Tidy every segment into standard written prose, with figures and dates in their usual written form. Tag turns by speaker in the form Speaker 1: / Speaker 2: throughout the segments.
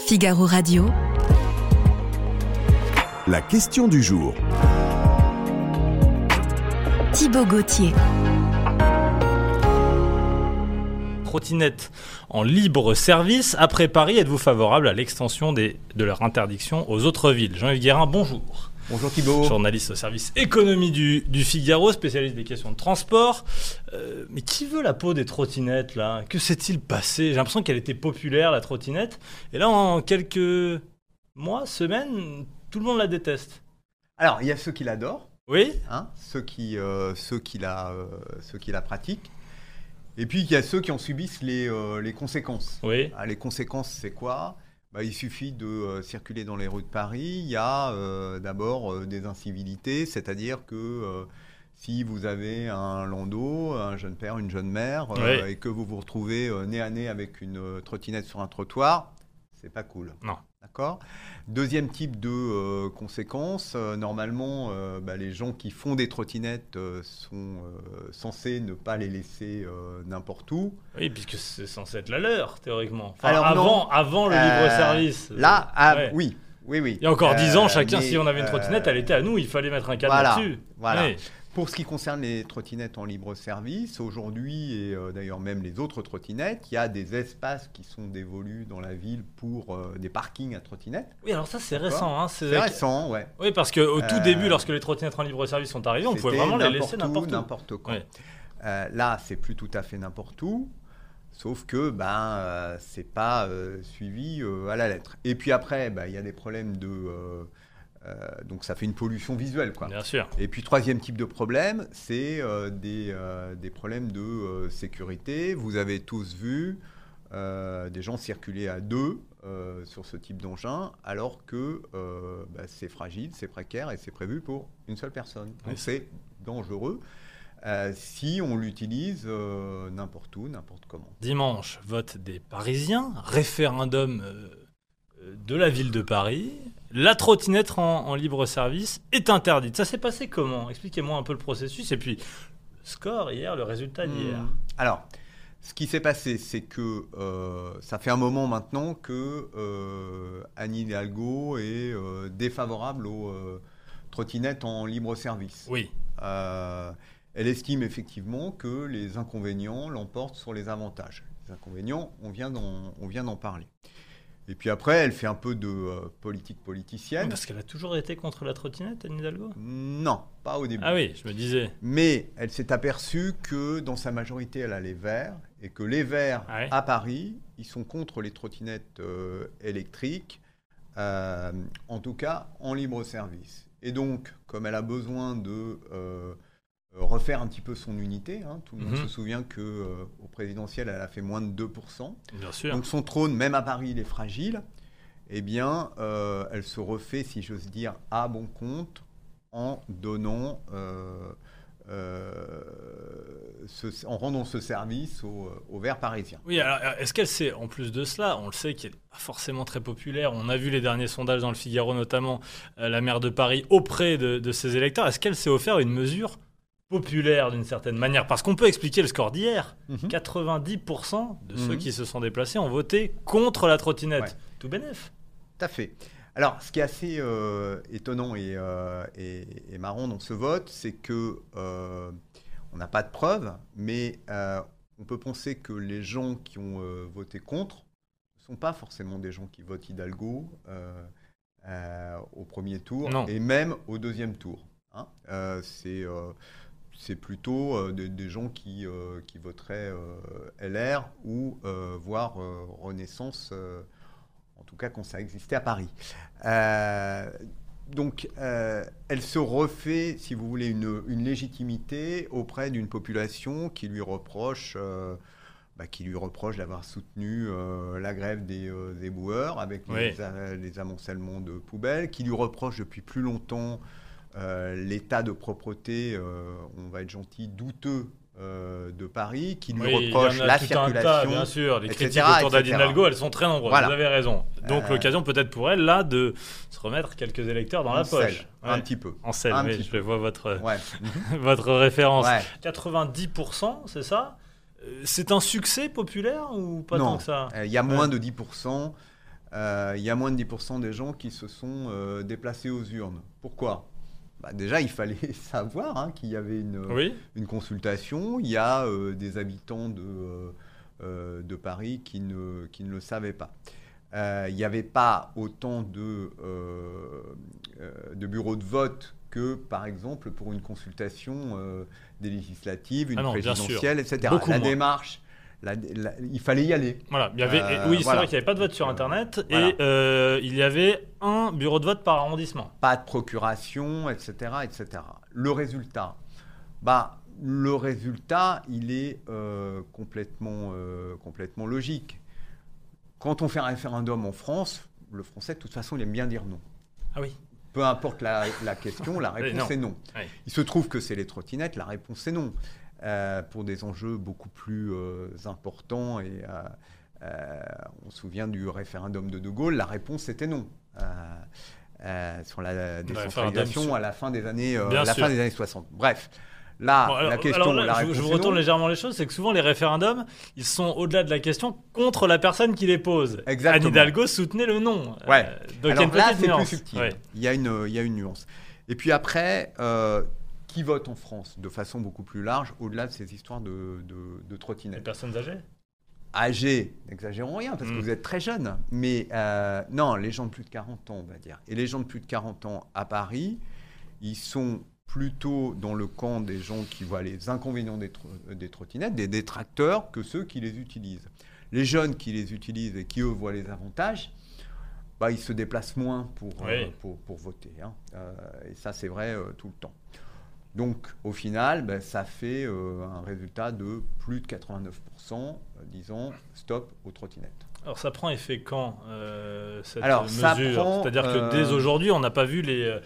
Speaker 1: Figaro Radio.
Speaker 2: La question du jour.
Speaker 1: Thibaut Gauthier.
Speaker 3: Trottinettes en libre service. Après Paris, êtes-vous favorable à l'extension de leur interdiction aux autres villes ? Jean-Yves Guérin, bonjour.
Speaker 4: Bonjour Thibaut.
Speaker 3: Journaliste au service économie du Figaro, spécialiste des questions de transport. Mais qui veut la peau des trottinettes là ? Que s'est-il passé ? J'ai l'impression qu'elle était populaire, la trottinette. Et là, en quelques mois, semaines, tout le monde la déteste.
Speaker 4: Alors, il y a ceux qui l'adorent,
Speaker 3: Oui ?
Speaker 4: ceux qui la pratiquent. Et puis, il y a ceux qui en subissent les conséquences.
Speaker 3: Oui.
Speaker 4: Les conséquences, c'est quoi ? Il suffit de circuler dans les rues de Paris. Il y a d'abord des incivilités, c'est-à-dire que si vous avez un landau, un jeune père, une jeune mère,
Speaker 3: Oui.
Speaker 4: et que vous vous retrouvez nez à nez avec une trottinette sur un trottoir, c'est pas cool.
Speaker 3: Non.
Speaker 4: D'accord ? Deuxième type de conséquences, normalement, les gens qui font des trottinettes sont censés ne pas les laisser n'importe où.
Speaker 3: Oui, puisque c'est censé être la leur, théoriquement. Enfin,
Speaker 4: Alors,
Speaker 3: avant le libre-service.
Speaker 4: Là,
Speaker 3: Ouais.
Speaker 4: oui.
Speaker 3: Il y a encore 10 ans, chacun,
Speaker 4: mais,
Speaker 3: si on avait une trottinette, elle était à nous, il fallait mettre un cadre dessus.
Speaker 4: Voilà.
Speaker 3: Oui.
Speaker 4: Pour ce qui concerne les trottinettes en libre service, aujourd'hui, et d'ailleurs même les autres trottinettes, il y a des espaces qui sont dévolus dans la ville pour des parkings à trottinettes.
Speaker 3: Oui, alors ça, c'est
Speaker 4: D'accord.
Speaker 3: récent. Hein,
Speaker 4: C'est récent, ouais.
Speaker 3: Oui, parce qu'au tout début, lorsque les trottinettes en libre service sont arrivées, on pouvait vraiment les laisser n'importe où.
Speaker 4: N'importe quand.
Speaker 3: Ouais.
Speaker 4: Là, c'est plus tout à fait n'importe où, sauf que c'est pas suivi à la lettre. Et puis après, il y a des problèmes donc ça fait une pollution visuelle, quoi.
Speaker 3: Bien sûr.
Speaker 4: Et puis troisième type de problème, c'est des problèmes de sécurité. Vous avez tous vu des gens circuler à deux sur ce type d'engin, alors que c'est fragile, c'est précaire et c'est prévu pour une seule personne. Donc c'est dangereux si on l'utilise n'importe où, n'importe comment.
Speaker 3: Dimanche, vote des Parisiens, référendum de la ville de Paris. La trottinette en libre service est interdite. Ça s'est passé comment ? Expliquez-moi un peu le processus et puis le score hier, le résultat d'hier.
Speaker 4: Alors, ce qui s'est passé, c'est que ça fait un moment maintenant que Anne Hidalgo est défavorable aux trottinettes en libre service.
Speaker 3: Oui.
Speaker 4: Elle estime effectivement que les inconvénients l'emportent sur les avantages. Les inconvénients, on vient d'en parler. Et puis après, elle fait un peu de politique politicienne.
Speaker 3: Oui, parce qu'elle a toujours été contre la trottinette, Anne Hidalgo ?
Speaker 4: Non, pas au début.
Speaker 3: Ah oui, je me disais.
Speaker 4: Mais elle s'est aperçue que dans sa majorité, elle a les Verts, et que les Verts, à Paris, ils sont contre les trottinettes électriques, en tout cas en libre service. Et donc, comme elle a besoin de refaire un petit peu son unité, tout le monde se souvient qu'au présidentiel, elle a fait moins de 2%.
Speaker 3: Bien sûr.
Speaker 4: Donc son trône, même à Paris, il est fragile. Eh bien, elle se refait, si j'ose dire, à bon compte en donnant, en rendant ce service aux Verts parisiens.
Speaker 3: Oui, alors est-ce qu'elle sait, en plus de cela, on le sait qu'elle n'est pas forcément très populaire, on a vu les derniers sondages dans le Figaro notamment, la maire de Paris auprès de ses électeurs, est-ce qu'elle s'est offert une mesure populaire d'une certaine manière ? Parce qu'on peut expliquer le score d'hier. 90% de ceux qui se sont déplacés ont voté contre la trottinette. Ouais. Tout bénef.
Speaker 4: Tout à fait. Alors, ce qui est assez étonnant et marrant dans ce vote, c'est que on n'a pas de preuves, mais on peut penser que les gens qui ont voté contre ne sont pas forcément des gens qui votent Hidalgo au premier tour et même au deuxième tour. C'est plutôt des gens qui voteraient LR ou voire Renaissance, en tout cas quand ça existait à Paris. Donc, elle se refait, si vous voulez, une légitimité auprès d'une population qui lui reproche d'avoir soutenu la grève des éboueurs avec les amoncellements de poubelles, qui lui reproche depuis plus longtemps l'état de propreté, on va être gentil, douteux de Paris, qui lui reproche la circulation,
Speaker 3: bien sûr. Les
Speaker 4: etc.,
Speaker 3: critiques autour d'Anne Hidalgo, elles sont très nombreuses. Voilà. Vous avez raison. Donc l'occasion peut-être pour elle là de se remettre quelques électeurs dans la poche.
Speaker 4: Un petit peu.
Speaker 3: En selle, mais je vois votre votre référence. 90%, c'est ça ? C'est un succès populaire ou pas tant que ça ?
Speaker 4: Il y a moins de 10%. il y a moins de 10% des gens qui se sont déplacés aux urnes. Pourquoi ? Déjà, il fallait savoir qu'il y avait une consultation. Il y a des habitants de Paris qui ne le savaient pas. Il n'y avait pas autant de bureaux de vote que, par exemple, pour une consultation des législatives, une présidentielle, etc.
Speaker 3: Beaucoup moins.
Speaker 4: Démarche, il fallait y aller.
Speaker 3: Voilà, il y avait, c'est vrai qu'il n'y avait pas de vote sur Internet et il y avait un bureau de vote par arrondissement.
Speaker 4: Pas de procuration, etc. etc. Le résultat, il est complètement logique. Quand on fait un référendum en France, le Français, de toute façon, il aime bien dire non.
Speaker 3: Ah oui.
Speaker 4: Peu importe la question, la réponse est non.
Speaker 3: Oui.
Speaker 4: Il se trouve que c'est les trottinettes, la réponse est non. Pour des enjeux beaucoup plus importants, et on se souvient du référendum de Gaulle, la réponse était non. Sur la décentralisation à la fin des années 60. Bref. La question, la réponse
Speaker 3: je vous retourne légèrement les choses, c'est que souvent les référendums, ils sont au-delà de la question contre la personne qui les pose.
Speaker 4: Exactement.
Speaker 3: Anne Hidalgo soutenait le non.
Speaker 4: Ouais.
Speaker 3: Donc
Speaker 4: alors là, c'est
Speaker 3: nuance.
Speaker 4: plus subtil.
Speaker 3: Ouais.
Speaker 4: Il y a une nuance. Et puis après, qui vote en France de façon beaucoup plus large, au-delà de ces histoires de trottinettes ?
Speaker 3: Les personnes âgées ?
Speaker 4: Âgés, n'exagérons rien, parce que vous êtes très jeunes. Mais non, les gens de plus de 40 ans, on va dire. Et les gens de plus de 40 ans à Paris, ils sont plutôt dans le camp des gens qui voient les inconvénients des trottinettes, des détracteurs, que ceux qui les utilisent. Les jeunes qui les utilisent et qui, eux, voient les avantages, ils se déplacent moins pour voter. Et ça, c'est vrai tout le temps. Donc, au final, ça fait un résultat de plus de 89%, disons, stop aux trottinettes.
Speaker 3: Alors, ça prend effet quand, cette
Speaker 4: mesure ?
Speaker 3: C'est-à-dire que dès aujourd'hui, on n'a pas vu les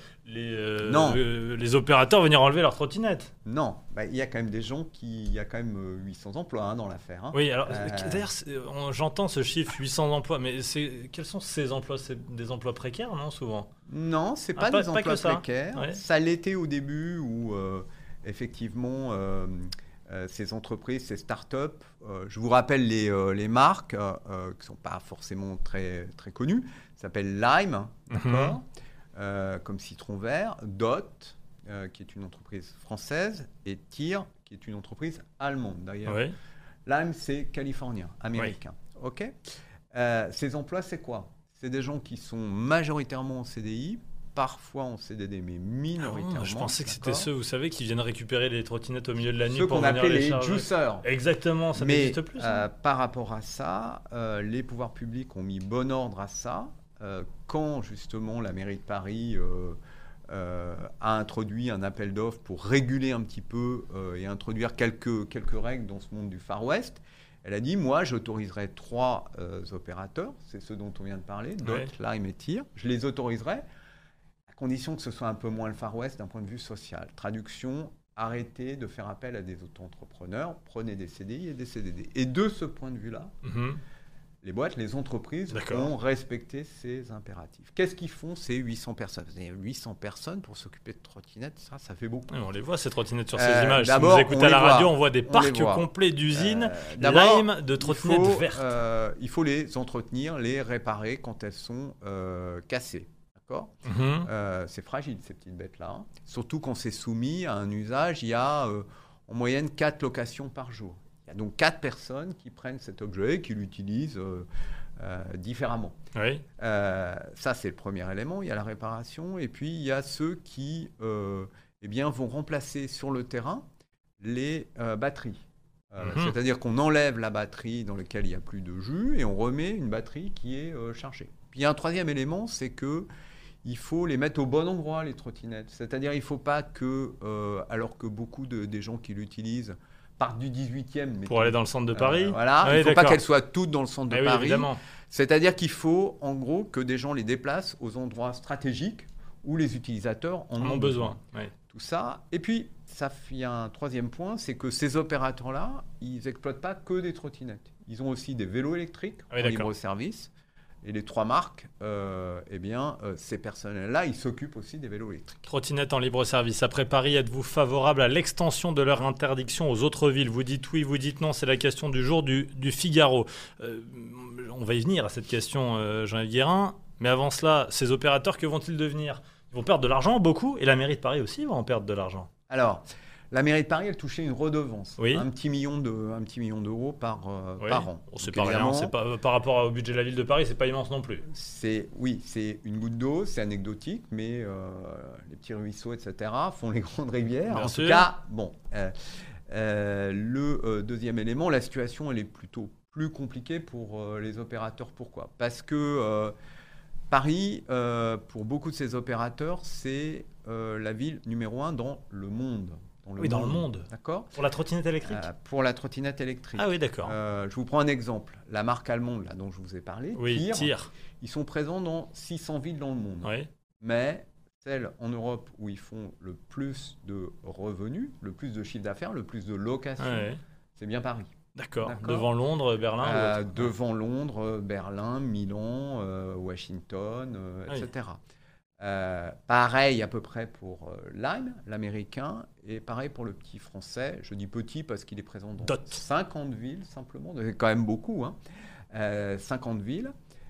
Speaker 3: opérateurs venir enlever leurs trottinettes.
Speaker 4: Non, il y a quand même des gens il y a quand même 800 emplois dans l'affaire.
Speaker 3: Oui, alors d'ailleurs, j'entends ce chiffre 800 emplois, mais quels sont ces emplois ? C'est des emplois précaires, non, souvent ?
Speaker 4: Non, c'est pas des emplois précaires.
Speaker 3: Ouais.
Speaker 4: Ça l'était au début où effectivement ces entreprises, ces startups, je vous rappelle les marques qui ne sont pas forcément très, très connues, ça s'appelle Lime, d'accord, comme citron vert, Dot, qui est une entreprise française, et Tyr, qui est une entreprise allemande d'ailleurs.
Speaker 3: Oui.
Speaker 4: Lime, c'est californien, américain. Oui. Ok. Ces emplois, c'est quoi ? C'est des gens qui sont majoritairement en CDI, parfois en CDD, mais minoritairement.
Speaker 3: Je pensais que c'était ceux, vous savez, qui viennent récupérer les trottinettes au milieu de la nuit
Speaker 4: ceux
Speaker 3: pour
Speaker 4: qu'on
Speaker 3: venir
Speaker 4: appelait
Speaker 3: les
Speaker 4: les juiceurs.
Speaker 3: Exactement, ça n'existe plus.
Speaker 4: Par rapport à ça, les pouvoirs publics ont mis bon ordre à ça. Quand justement la mairie de Paris a introduit un appel d'offres pour réguler un petit peu et introduire quelques règles dans ce monde du Far West, elle a dit, moi, j'autoriserai 3 opérateurs, c'est ceux dont on vient de parler, Dot, Lime et Tyr. Je les autoriserai à condition que ce soit un peu moins le Far West d'un point de vue social. Traduction, arrêtez de faire appel à des auto-entrepreneurs, prenez des CDI et des CDD. Et de ce point de vue-là, les boîtes, les entreprises ont respecté ces impératifs. Qu'est-ce qu'ils font, ces 800 personnes ? Vous avez 800 personnes pour s'occuper de trottinettes, ça fait beaucoup.
Speaker 3: On les voit, ces trottinettes, sur ces images. Si
Speaker 4: vous
Speaker 3: écoutez à la radio, on voit des parcs complets d'usines, Lime, de trottinettes vertes.
Speaker 4: Il faut les entretenir, les réparer quand elles sont cassées. D'accord ? C'est fragile, ces petites bêtes-là. Surtout quand c'est soumis à un usage, il y a en moyenne 4 locations par jour. Il y a donc 4 personnes qui prennent cet objet et qui l'utilisent différemment.
Speaker 3: Oui.
Speaker 4: Ça, c'est le premier élément. Il y a la réparation. Et puis, il y a ceux qui vont remplacer sur le terrain les batteries. C'est-à-dire qu'on enlève la batterie dans laquelle il n'y a plus de jus et on remet une batterie qui est chargée. Puis, il y a un troisième élément, c'est qu'il faut les mettre au bon endroit, les trottinettes. C'est-à-dire qu'il ne faut pas que, alors que beaucoup des gens qui l'utilisent partent du 18e.
Speaker 3: Pour aller dans le centre de Paris.
Speaker 4: Il ne faut pas qu'elles soient toutes dans le centre de Paris.
Speaker 3: Évidemment.
Speaker 4: C'est-à-dire qu'il faut, en gros, que des gens les déplacent aux endroits stratégiques où les utilisateurs en ont besoin.
Speaker 3: Oui.
Speaker 4: Tout ça. Et puis, il y a un troisième point, c'est que ces opérateurs-là, ils n'exploitent pas que des trottinettes. Ils ont aussi des vélos électriques en libre service. Et les 3 marques, ces personnels-là, ils s'occupent aussi des vélos électriques.
Speaker 3: Trottinettes en libre service. Après Paris, êtes-vous favorable à l'extension de leur interdiction aux autres villes? Vous dites oui, vous dites non, c'est la question du jour du Figaro. On va y venir à cette question, Jean-Yves Guérin. Mais avant cela, ces opérateurs, que vont-ils devenir? Ils vont perdre de l'argent, beaucoup, et la mairie de Paris aussi va en perdre de l'argent.
Speaker 4: Alors, la mairie de Paris, elle touchait une redevance,
Speaker 3: Oui.
Speaker 4: un petit million d'euros par an.
Speaker 3: C'est
Speaker 4: Donc,
Speaker 3: pas rien,
Speaker 4: évidemment,
Speaker 3: c'est pas, par rapport au budget de la ville de Paris, c'est pas immense non plus.
Speaker 4: c'est une goutte d'eau, c'est anecdotique, mais les petits ruisseaux, etc., font les grandes rivières.
Speaker 3: Bien
Speaker 4: En
Speaker 3: sûr.
Speaker 4: tout cas, le deuxième élément, la situation, elle est plutôt plus compliquée pour les opérateurs. Pourquoi? Parce que Paris, pour beaucoup de ces opérateurs, c'est la ville numéro 1 dans le monde.
Speaker 3: Dans le monde.
Speaker 4: D'accord.
Speaker 3: Pour la trottinette électrique?
Speaker 4: Pour la trottinette électrique.
Speaker 3: Ah oui, d'accord.
Speaker 4: Je vous prends un exemple. La marque allemande là, dont je vous ai parlé,
Speaker 3: Oui,
Speaker 4: Tir,
Speaker 3: Tir.
Speaker 4: ils sont présents dans 600 villes dans le monde.
Speaker 3: Oui.
Speaker 4: Mais celle en Europe où ils font le plus de revenus, le plus de chiffre d'affaires, le plus de locations,
Speaker 3: Ouais.
Speaker 4: c'est bien Paris.
Speaker 3: D'accord.
Speaker 4: D'accord.
Speaker 3: Devant Londres, Berlin ou autre.
Speaker 4: Devant Londres, Berlin, Milan, Washington,
Speaker 3: Ah oui.
Speaker 4: etc. Pareil à peu près pour Lime, l'américain, et pareil pour le petit français. Je dis petit parce qu'il est présent dans
Speaker 3: Dot.
Speaker 4: 50 villes simplement, c'est quand même beaucoup, 50 villes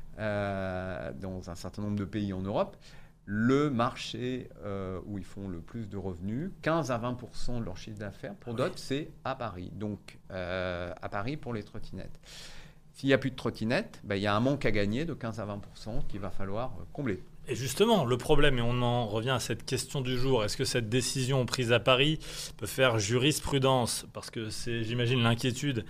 Speaker 4: dans un certain nombre de pays en Europe. Le marché où ils font le plus de revenus, 15 à 20% de leur chiffre d'affaires pour Dot, c'est à Paris. Donc à Paris pour les trottinettes. S'il n'y a plus de trottinettes, il y a un manque à gagner de 15 à 20% qu'il va falloir combler.
Speaker 3: Et justement, le problème, et on en revient à cette question du jour, est-ce que cette décision prise à Paris peut faire jurisprudence? Parce que c'est, j'imagine, l'inquiétude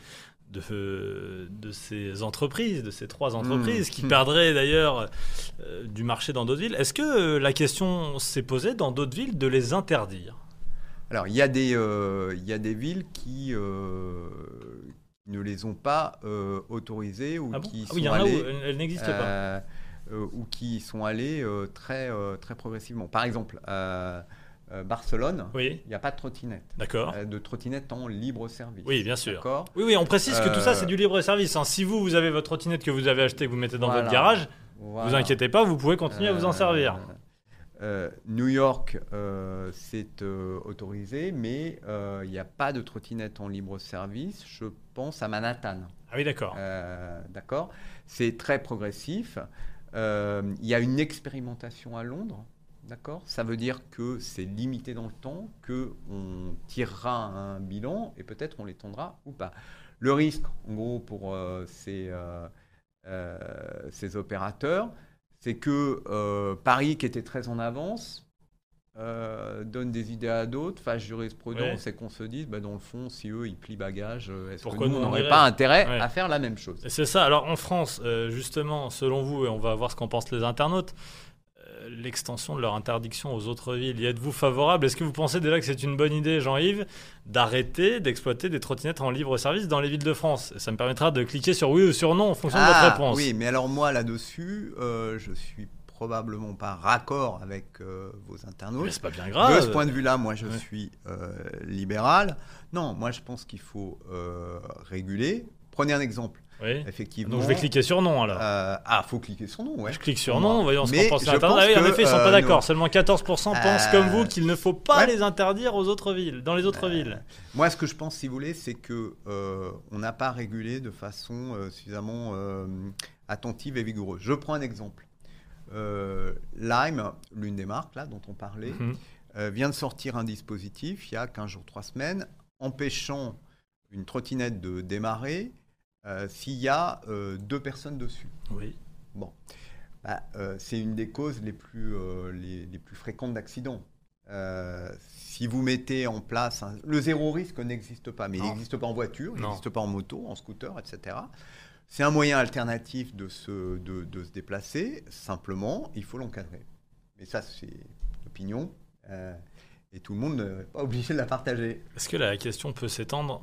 Speaker 3: de ces entreprises, de ces 3 entreprises, qui perdraient d'ailleurs du marché dans d'autres villes. Est-ce que la question s'est posée dans d'autres villes de les interdire?
Speaker 4: Alors, il y a des villes qui ne les ont pas autorisées ou qui sont
Speaker 3: il y en a où
Speaker 4: allées...
Speaker 3: elles n'existent pas.
Speaker 4: Ou qui sont allés très progressivement. Par exemple, Barcelone,
Speaker 3: Oui,
Speaker 4: il n'y a pas de trottinette.
Speaker 3: d'accord.
Speaker 4: De trottinette en libre service.
Speaker 3: Oui, bien sûr.
Speaker 4: D'accord.
Speaker 3: Oui, on précise que tout ça, c'est du libre service. Si vous avez votre trottinette que vous avez achetée, que vous mettez dans
Speaker 4: Voilà.
Speaker 3: votre garage,
Speaker 4: Voilà.
Speaker 3: vous inquiétez pas, vous pouvez continuer à vous en servir.
Speaker 4: New York, c'est autorisé, mais il n'y a pas de trottinette en libre service. Je pense à Manhattan.
Speaker 3: Ah oui, d'accord.
Speaker 4: D'accord. C'est très progressif. Il y a une expérimentation à Londres. D'accord. Ça veut dire que c'est limité dans le temps, qu'on tirera un bilan et peut-être on l'étendra ou pas. Le risque, en gros, pour ces opérateurs, c'est que Paris, qui était très en avance, donne des idées à d'autres, fasse jurisprudence et qu'on se dise, dans le fond, si eux, ils plient bagage, est-ce que
Speaker 3: Pourquoi
Speaker 4: nous,
Speaker 3: nous,
Speaker 4: on
Speaker 3: on
Speaker 4: n'aurait
Speaker 3: irait
Speaker 4: pas intérêt
Speaker 3: Ouais.
Speaker 4: à faire la même chose?
Speaker 3: Et c'est ça. Alors en France, justement, selon vous, et on va voir ce qu'en pensent les internautes, l'extension de leur interdiction aux autres villes, y êtes-vous favorable? Est-ce que vous pensez déjà que c'est une bonne idée, Jean-Yves, d'arrêter d'exploiter des trottinettes en libre service dans les villes de France? Ça me permettra de cliquer sur oui ou sur non en fonction de votre réponse.
Speaker 4: Oui, mais alors moi, là-dessus, je suis probablement pas raccord avec vos
Speaker 3: Mais
Speaker 4: internautes.
Speaker 3: c'est pas bien grave.
Speaker 4: De ce point de vue-là, moi, je
Speaker 3: Ouais.
Speaker 4: suis libéral. Non, moi, je pense qu'il faut réguler. Prenez un exemple.
Speaker 3: Oui.
Speaker 4: Effectivement.
Speaker 3: Donc je vais cliquer sur non alors.
Speaker 4: Faut cliquer sur non, ouais.
Speaker 3: Je clique sur non, voyons ce
Speaker 4: Mais
Speaker 3: qu'on pense.
Speaker 4: je
Speaker 3: Attends,
Speaker 4: pense
Speaker 3: ah oui, en
Speaker 4: que,
Speaker 3: effet, ils sont pas d'accord.
Speaker 4: nous-
Speaker 3: Seulement 14% pensent comme vous qu'il ne faut pas
Speaker 4: ouais.
Speaker 3: les interdire aux autres villes, dans les autres villes.
Speaker 4: Moi, ce que je pense, si vous voulez, c'est que on n'a pas régulé de façon suffisamment attentive et vigoureuse. Je prends un exemple. Lime, l'une des marques là dont on parlait, vient de sortir un dispositif il y a 15 jours, 3 semaines, empêchant une trottinette de démarrer s'il y a 2 personnes dessus.
Speaker 3: Oui.
Speaker 4: Bon, c'est une des causes les plus fréquentes d'accidents. Si vous mettez en place... Le zéro risque n'existe pas, mais il
Speaker 3: Non.
Speaker 4: n'existe pas en voiture, il
Speaker 3: Non.
Speaker 4: n'existe pas en moto, en scooter, etc. C'est un moyen alternatif de se déplacer. Simplement, il faut l'encadrer. Mais ça, c'est l'opinion. Et tout le monde n'est pas obligé de la partager.
Speaker 3: Est-ce que la question peut s'étendre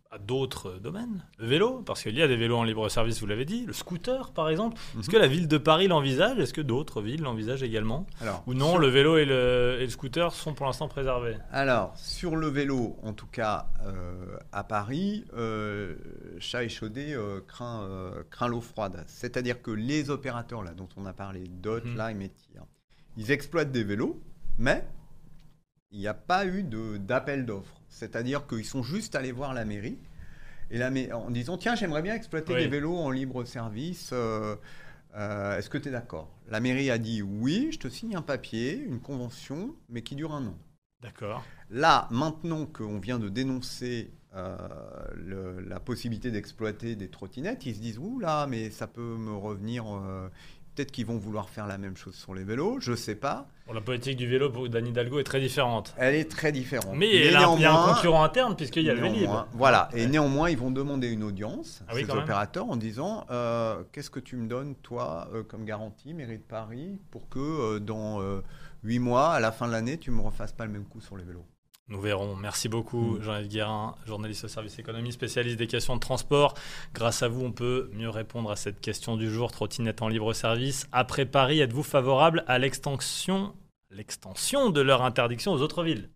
Speaker 3: à d'autres domaines. Le vélo, parce qu'il y a des vélos en libre service, vous l'avez dit. Le scooter, par exemple. Est-ce que la ville de Paris l'envisage? Est-ce que d'autres villes l'envisagent également?
Speaker 4: Alors,
Speaker 3: Ou non, le vélo et le scooter sont pour l'instant préservés?
Speaker 4: Alors, sur le vélo, en tout cas à Paris, chat échaudé craint l'eau froide. C'est-à-dire que les opérateurs là, dont on a parlé, Dot, Lime et Tir, ils exploitent des vélos, mais il n'y a pas eu d'appel d'offres. C'est-à-dire qu'ils sont juste allés voir la mairie en disant « Tiens, j'aimerais bien exploiter des vélos en libre service. Est-ce que tu es d'accord ?» La mairie a dit « Oui, je te signe un papier, une convention, mais qui dure 1 an. »
Speaker 3: D'accord.
Speaker 4: Là, maintenant qu'on vient de dénoncer la possibilité d'exploiter des trottinettes, ils se disent « Ouh là, mais ça peut me revenir... Peut-être qu'ils vont vouloir faire la même chose sur les vélos, je ne sais pas. »
Speaker 3: Bon, la politique du vélo pour d'Anne Hidalgo est très différente.
Speaker 4: Elle est très différente.
Speaker 3: Mais il y a un concurrent interne puisqu'il y a le Vélib.
Speaker 4: Voilà, et néanmoins, ils vont demander une audience,
Speaker 3: oui,
Speaker 4: ces opérateurs, en disant qu'est-ce que tu me donnes, toi, comme garantie, mairie de Paris, pour que dans 8 mois, à la fin de l'année, tu ne me refasses pas le même coup sur les vélos.
Speaker 3: Nous verrons. Merci beaucoup, Jean-Yves Guérin, journaliste au service économie, spécialiste des questions de transport. Grâce à vous, on peut mieux répondre à cette question du jour. Trottinette en libre service. Après Paris, êtes-vous favorable à l'extension de leur interdiction aux autres villes?